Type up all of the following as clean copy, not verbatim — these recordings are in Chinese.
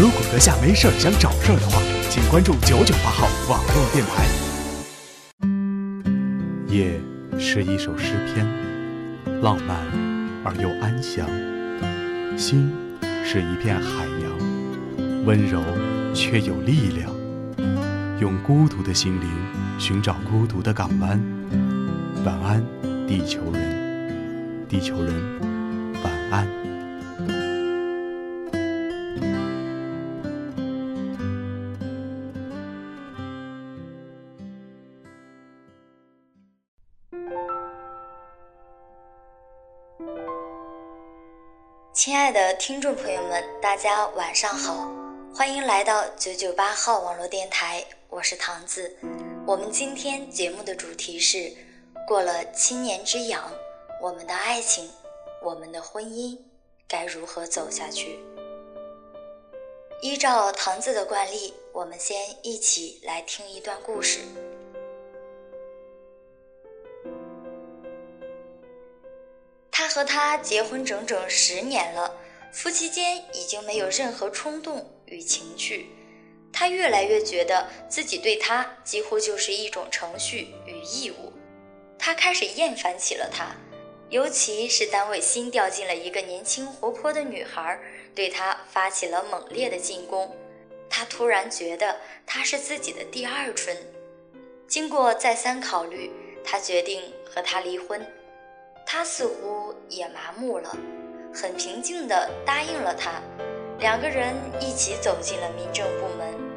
如果阁下没事想找事儿的话，请关注998号网络电台。夜是一首诗篇，浪漫而又安详；心是一片海洋，温柔却有力量。用孤独的心灵寻找孤独的港湾。晚安，地球人，地球人，晚安。 亲爱的听众朋友们，大家晚上好，欢迎来到998号网络电台，我是唐子。我们今天节目的主题是过了7年之痒，我们的爱情，我们的婚姻该如何走下去？依照唐子的惯例，我们先一起来听一段故事。他和她结婚整整10年了，夫妻间已经没有任何冲动与情趣。他越来越觉得自己对他几乎就是一种程序与义务。他开始厌烦起了他，尤其是单位新调进了一个年轻活泼的女孩，对他发起了猛烈的进攻。他突然觉得她是自己的第二春。经过再三考虑，他决定和她离婚。他似乎也麻木了，很平静地答应了他。2个人一起走进了民政部门。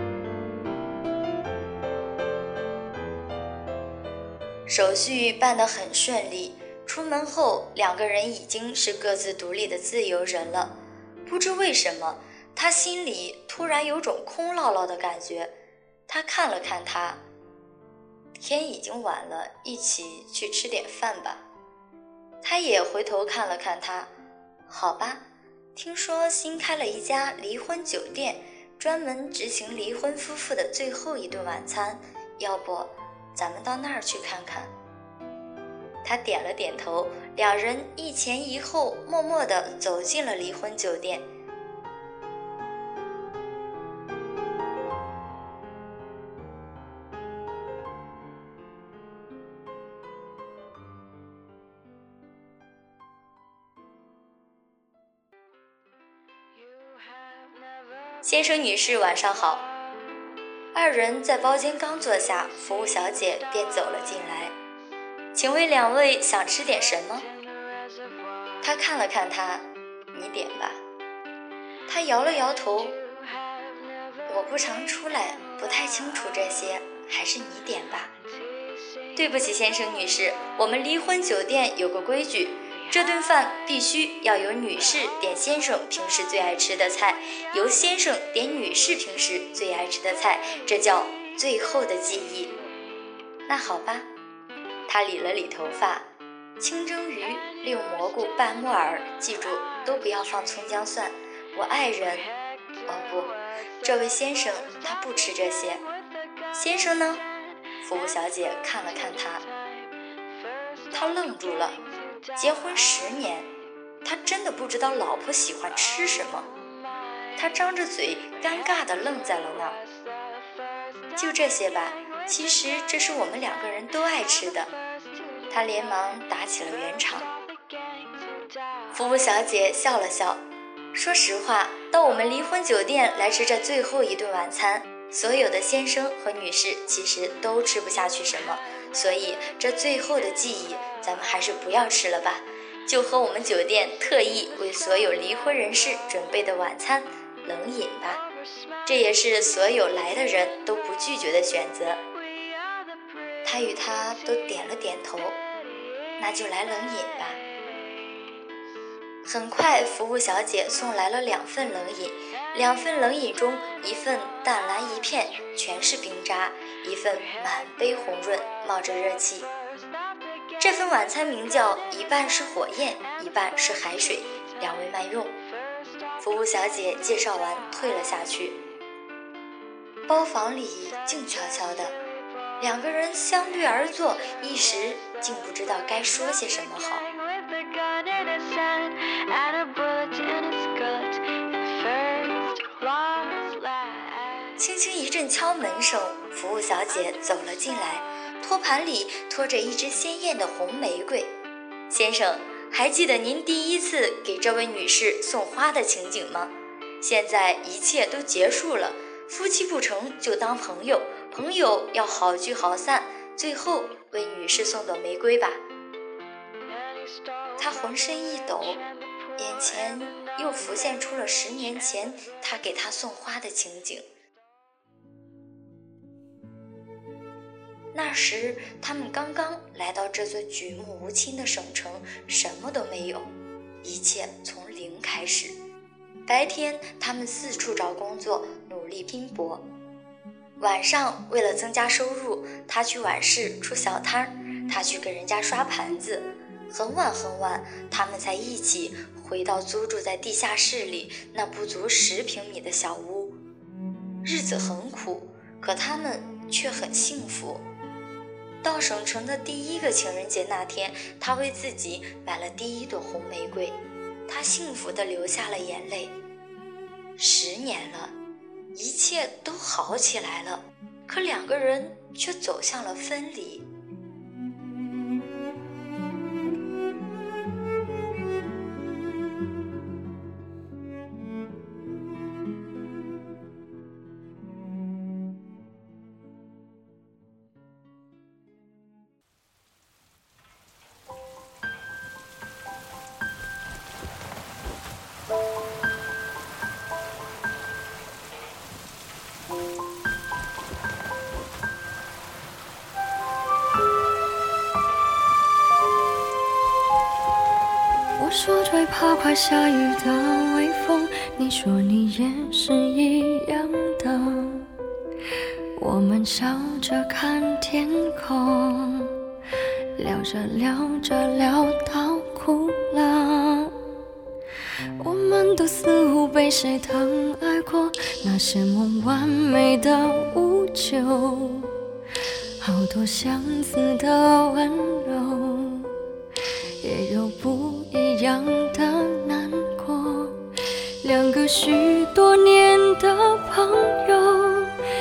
手续办得很顺利，出门后2个人已经是各自独立的自由人了。不知为什么，他心里突然有种空落落的感觉。他看了看他，天已经晚了，一起去吃点饭吧。他也回头看了看他，好吧，听说新开了一家离婚酒店，专门执行离婚夫妇的最后一顿晚餐，要不咱们到那儿去看看。他点了点头，2人一前一后默默地走进了离婚酒店。先生女士晚上好。2人在包间刚坐下，服务小姐便走了进来。请问2位想吃点什么？他看了看他，你点吧。他摇了摇头，我不常出来，不太清楚这些，还是你点吧。对不起先生女士，我们离婚酒店有个规矩，这顿饭必须要由女士点先生平时最爱吃的菜，由先生点女士平时最爱吃的菜，这叫最后的记忆。那好吧。他理了理头发，清蒸鱼6蘑菇拌木耳，记住都不要放葱姜蒜，我爱人不，这位先生他不吃这些。先生呢？服务小姐看了看他，他愣住了。结婚10年，他真的不知道老婆喜欢吃什么。他张着嘴，尴尬地愣在了那儿。就这些吧，其实这是我们2个人都爱吃的。他连忙打起了圆场。服务小姐笑了笑，说实话，到我们离婚酒店来吃这最后一顿晚餐，所有的先生和女士其实都吃不下去什么，所以这最后的记忆咱们还是不要吃了吧，就和我们酒店特意为所有离婚人士准备的晚餐冷饮吧，这也是所有来的人都不拒绝的选择。他与她都点了点头，那就来冷饮吧。很快服务小姐送来了2份冷饮，2份冷饮中1份淡蓝一片，全是冰渣，1份满杯红润，冒着热气。这份晚餐名叫一半是火焰，一半是海水，2位慢用。服务小姐介绍完退了下去。包房里静悄悄的，2个人相对而坐，一时竟不知道该说些什么好。 gun in his hand and a bullet in his gut. First, 轻轻一阵敲门声，服务小姐走了进来，托盘里托着一支鲜艳的红玫瑰。先生，还记得您第一次给这位女士送花的情景吗？现在一切都结束了，夫妻不成就当朋友，朋友要好聚好散，最后为女士送朵玫瑰吧。他浑身一抖，眼前又浮现出了10年前他给她送花的情景。那时他们刚刚来到这座举目无亲的省城，什么都没有，一切从零开始。白天他们四处找工作，努力拼搏，晚上为了增加收入，他去晚市出小摊，他去给人家刷盘子。很晚很晚，他们才一起回到租住在地下室里那不足10平米的小屋。日子很苦，可他们却很幸福。到省城的第一个情人节那天，他为自己买了第一朵红玫瑰，他幸福地流下了眼泪。10年了，一切都好起来了，可2个人却走向了分离。 我说最怕快下雨的微风，你说你也是一样的。我们笑着看天空，聊着聊着聊到哭了。我们都似乎被谁疼爱过，那些梦完美的无救，好多相似的温柔，也有不一样的难过。2个许多年的朋友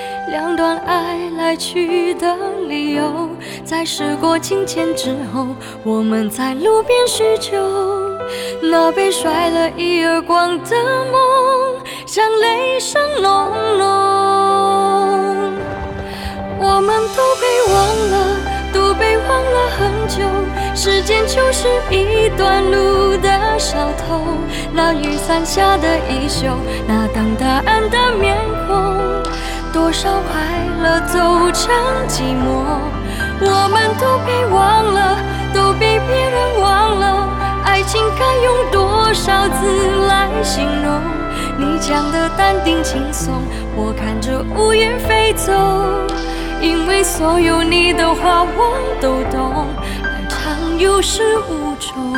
，2段爱来去的理由，在时过境迁之后，我们在路边叙旧。那被甩了一耳光的梦，像雷声隆隆。我们都被忘了，都被忘了很久。时间就是一段路的小偷，那雨伞下的衣袖，那等答案的面孔，多少快乐走成寂寞。我们都被忘了，都被别人忘了，爱情该用多少字来形容？你讲的淡定轻松，我看着乌云飞走，因为所有你的话我都懂，爱常有始无终。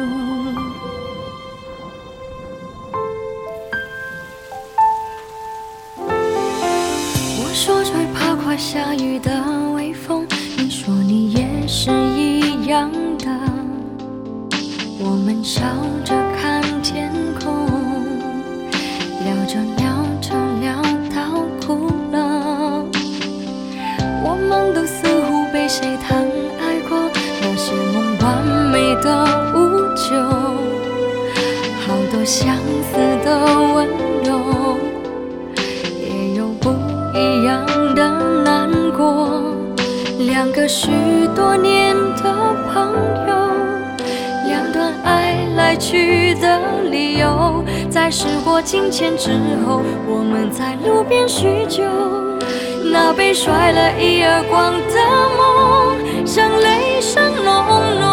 我说最怕快下雨的微风，你说你也是一样的。我们笑着看天空，聊着聊着聊到哭了。我们都似乎被谁疼爱过，那些梦完美的无救，好多相似的温柔，也有不一样的难过。2个许多年的朋友，2段爱来去的理由，在时过境迁之后，我们在路边叙旧。那被甩了一耳光的梦，像雷声隆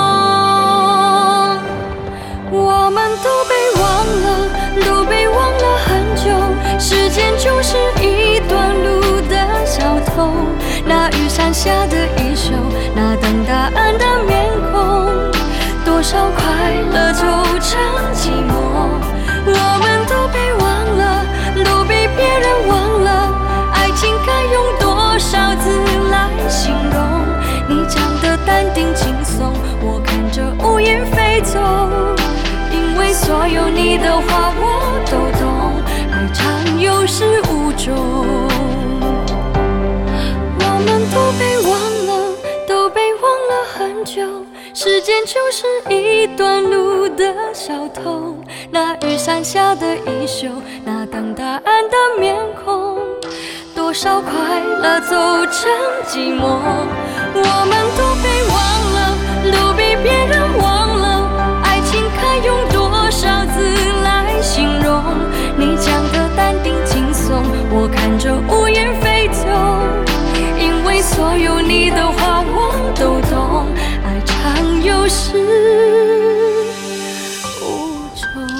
隆。我们都被忘了，都被忘了很久。时间就是一段路的小偷，那雨伞下的衣袖，那等答案的面孔，多少快乐走成寂寞。我们都被忘了，都被别人忘了，爱情该用多少字来形容？你讲的淡定轻松，我看着乌云飞走，因为所有你的话我都懂，爱常有始无终。 间就是一段路的小偷，那雨伞下的衣袖，那等答案的面孔，多少快乐走成寂寞，我们都被忘了，都被别人忘了，爱情该用多少字来形容？你讲的淡定轻松，我看着无言飞走，因为所有你的话我都懂，爱常有始无终。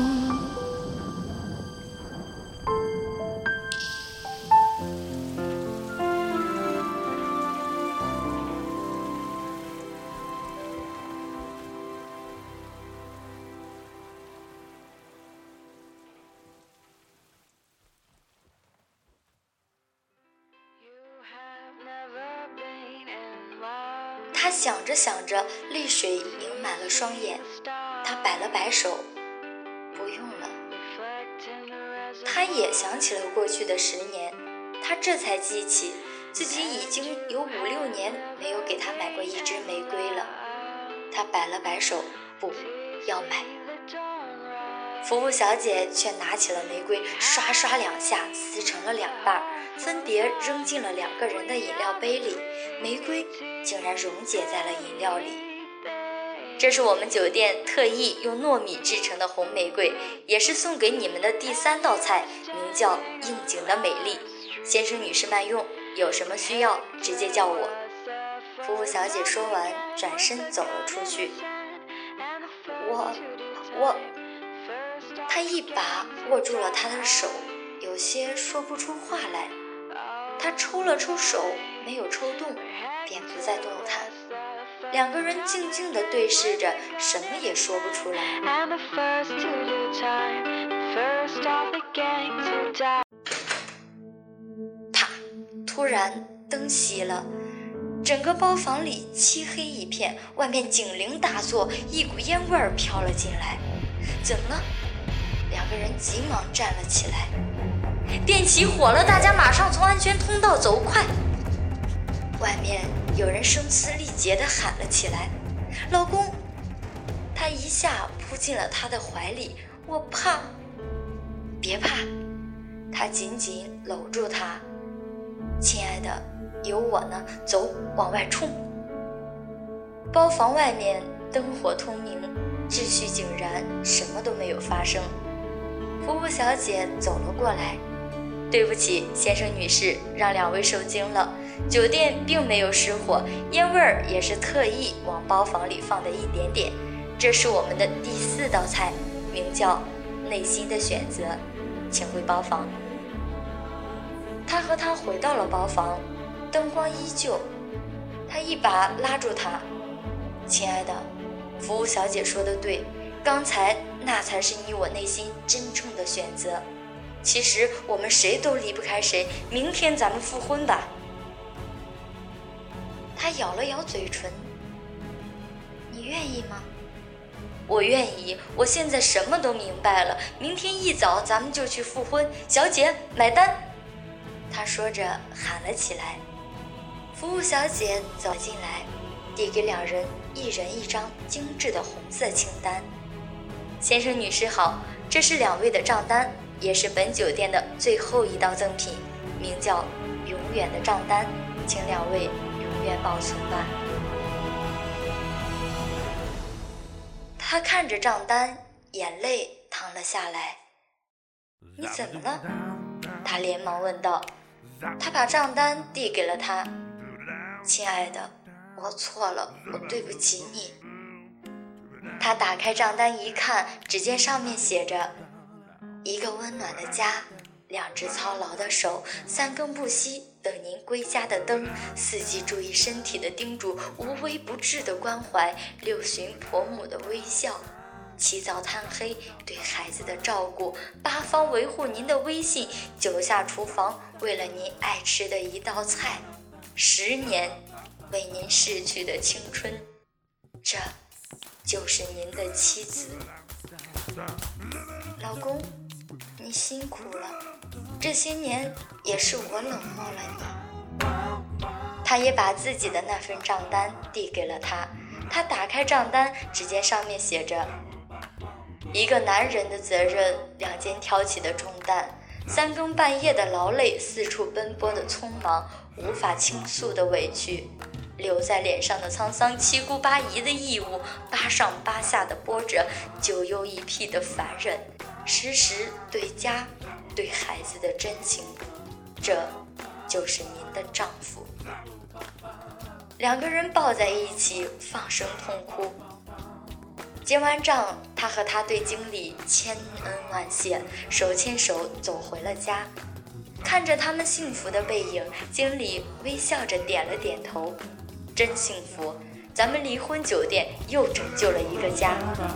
他想着想着，泪水盈满了双眼，他摆了摆手，不用了。他也想起了过去的10年，他这才记起自己已经有5、6年没有给他买过一支玫瑰了。他摆了摆手，不要买。服务小姐却拿起了玫瑰，刷刷2下撕成了2半，分别扔进了2个人的饮料杯里，玫瑰竟然溶解在了饮料里。这是我们酒店特意用糯米制成的红玫瑰，也是送给你们的第3道菜，名叫应景的美丽。先生女士慢用，有什么需要直接叫我。服务小姐说完，转身走了出去。他一把握住了他的手，有些说不出话来。他抽了抽手，没有抽动，便不再动弹。2个人静静地对视着，什么也说不出来。啪！突然灯熄了，整个包房里漆黑一片，外面警铃大作，一股烟味儿飘了进来。怎么了？2个人急忙站了起来。店起火了，大家马上从安全通道走，快！外面有人声嘶力竭地喊了起来：“老公！”他一下扑进了他的怀里，我怕。别怕，他紧紧搂住他。亲爱的，有我呢，走，往外冲！包房外面灯火通明，秩序井然，什么都没有发生。服务小姐走了过来，对不起，先生女士，让2位受惊了。酒店并没有失火，烟味儿也是特意往包房里放的一点点。这是我们的第4道菜，名叫内心的选择，请回包房。他和她回到了包房，灯光依旧。他一把拉住她，亲爱的，服务小姐说的对，刚才那才是你我内心真正的选择。其实我们谁都离不开谁，明天咱们复婚吧。他咬了咬嘴唇，你愿意吗？我愿意，我现在什么都明白了，明天一早咱们就去复婚，小姐买单。他说着喊了起来。服务小姐走进来，递给2人1人1张精致的红色清单。先生女士好，这是2位的账单，也是本酒店的最后一道赠品，名叫永远的账单，请2位永远保存吧。他看着账单，眼泪淌了下来。你怎么了？他连忙问道。他把账单递给了他。亲爱的，我错了，我对不起你。他打开账单一看，只见上面写着一个温暖的家，2只操劳的手，3更不息等您归家的灯，4季注意身体的叮嘱，无微不至的关怀，6旬婆母的微笑，7早贪黑对孩子的照顾，8方维护您的威信，9下厨房为了您爱吃的一道菜，10年为您逝去的青春，这就是您的妻子。老公，你辛苦了，这些年也是我冷漠了你。他也把自己的那份账单递给了他， 他打开账单，只见上面写着：一个男人的责任，两肩挑起的重担，三更半夜的劳累，四处奔波的匆忙，无法倾诉的委屈，留在脸上的沧桑，七姑八姨的义务，八上八下的波折，九又一癖的烦人，时时对家对孩子的真情，这就是您的丈夫。两个人抱在一起，放声痛哭。结完账，他和他对经理千恩万谢，手牵手走回了家。看着他们幸福的背影，经理微笑着点了点头，真幸福，咱们离婚酒店又拯救了一个家。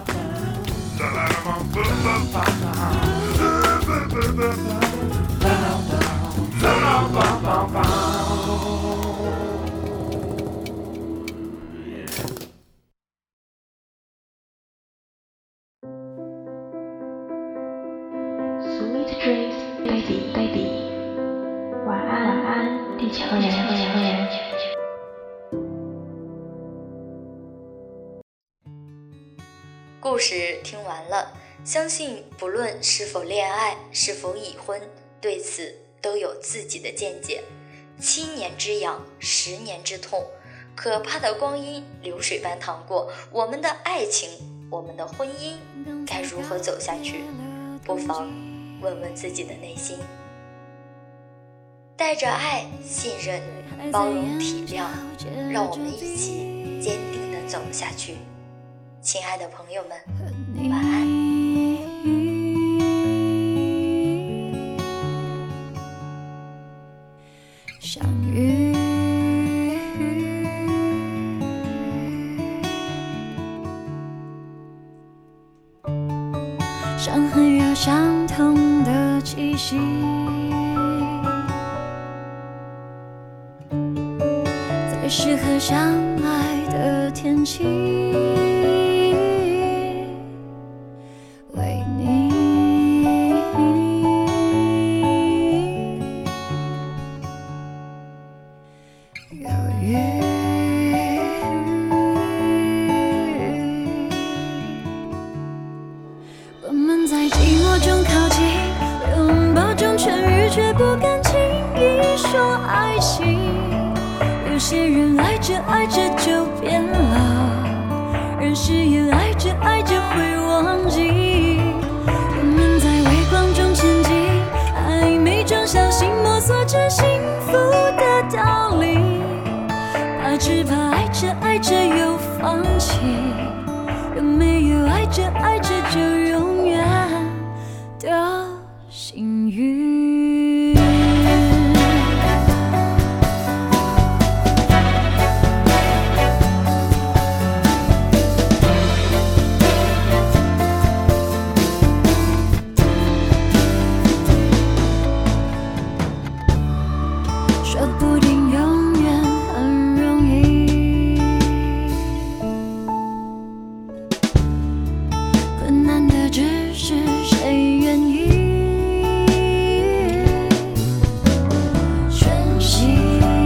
Sweet dreams, baby, baby. 晚安，晚安，地球人。 故事听完了，相信不论是否恋爱，是否已婚，对此都有自己的见解。7年之痒，10年之痛，可怕的光阴流水般淌过，我们的爱情，我们的婚姻该如何走下去？不妨问问自己的内心。带着爱、信任、包容、体谅，让我们一起坚定地走下去。亲爱的朋友们，晚安。 相遇，伤痕有相同的气息，在适合相爱的天气，为你犹豫，我们在寂寞中靠近，拥抱中痊愈，却不敢轻易说爱情。有些人爱着爱着就变了，而誓言爱着爱着会忘记。我们在微光中前进，暧昧中小心摸索着幸福的道理，怕只怕爱着爱着又放弃，有没有爱着爱着就永远的幸运？说不定永远很容易，困难的只是谁愿意珍惜。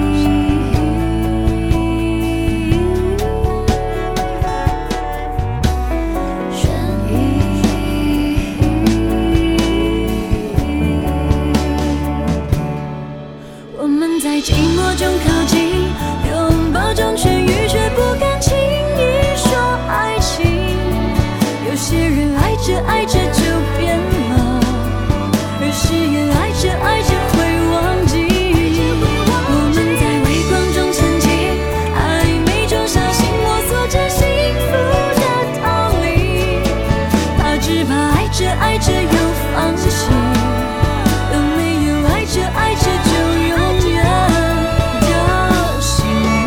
我们在寂寞中靠近，拥抱中痊愈，却不敢轻易说爱情。有些人爱着爱着就变了，而誓言爱着爱着会忘记。我们在微光中前进，暧昧中小心摸索着幸福的道理，怕只怕爱着爱着又放弃，有没有爱着爱着就永远的幸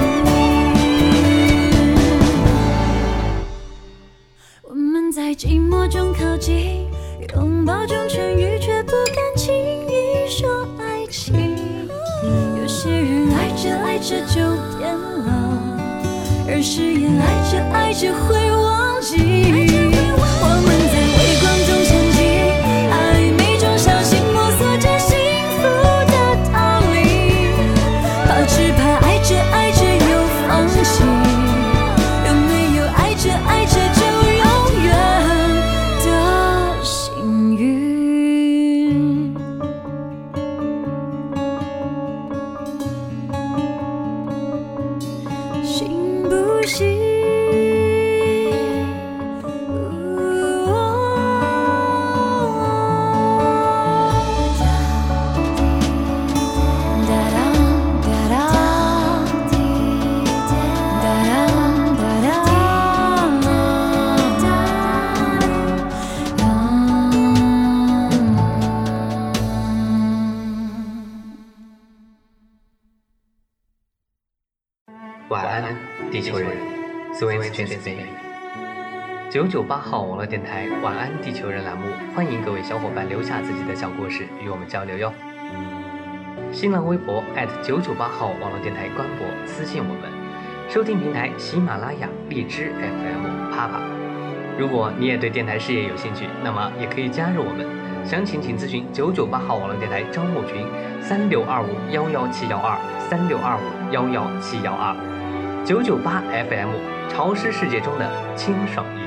运？我们在寂寞中靠近，拥抱中痊愈，却不敢轻易说爱情。有些人爱着爱着就变了，而誓言爱着爱着会忘记。我们在微光中前进，暧昧中小心摸索着幸福的道理，怕只怕爱着爱着又放弃，有没有晚安，地球人。Sweet Dreams Baby。998号网络电台晚安地球人栏目，欢迎各位小伙伴留下自己的小故事与我们交流哟。新浪微博@998号网络电台官博私信我们，收听平台喜马拉雅、荔枝 FM、啪啪。如果你也对电台事业有兴趣，那么也可以加入我们，详情请咨询998号网络电台招募群3625-11712，3625-11712。998 FM，潮湿世界中的清爽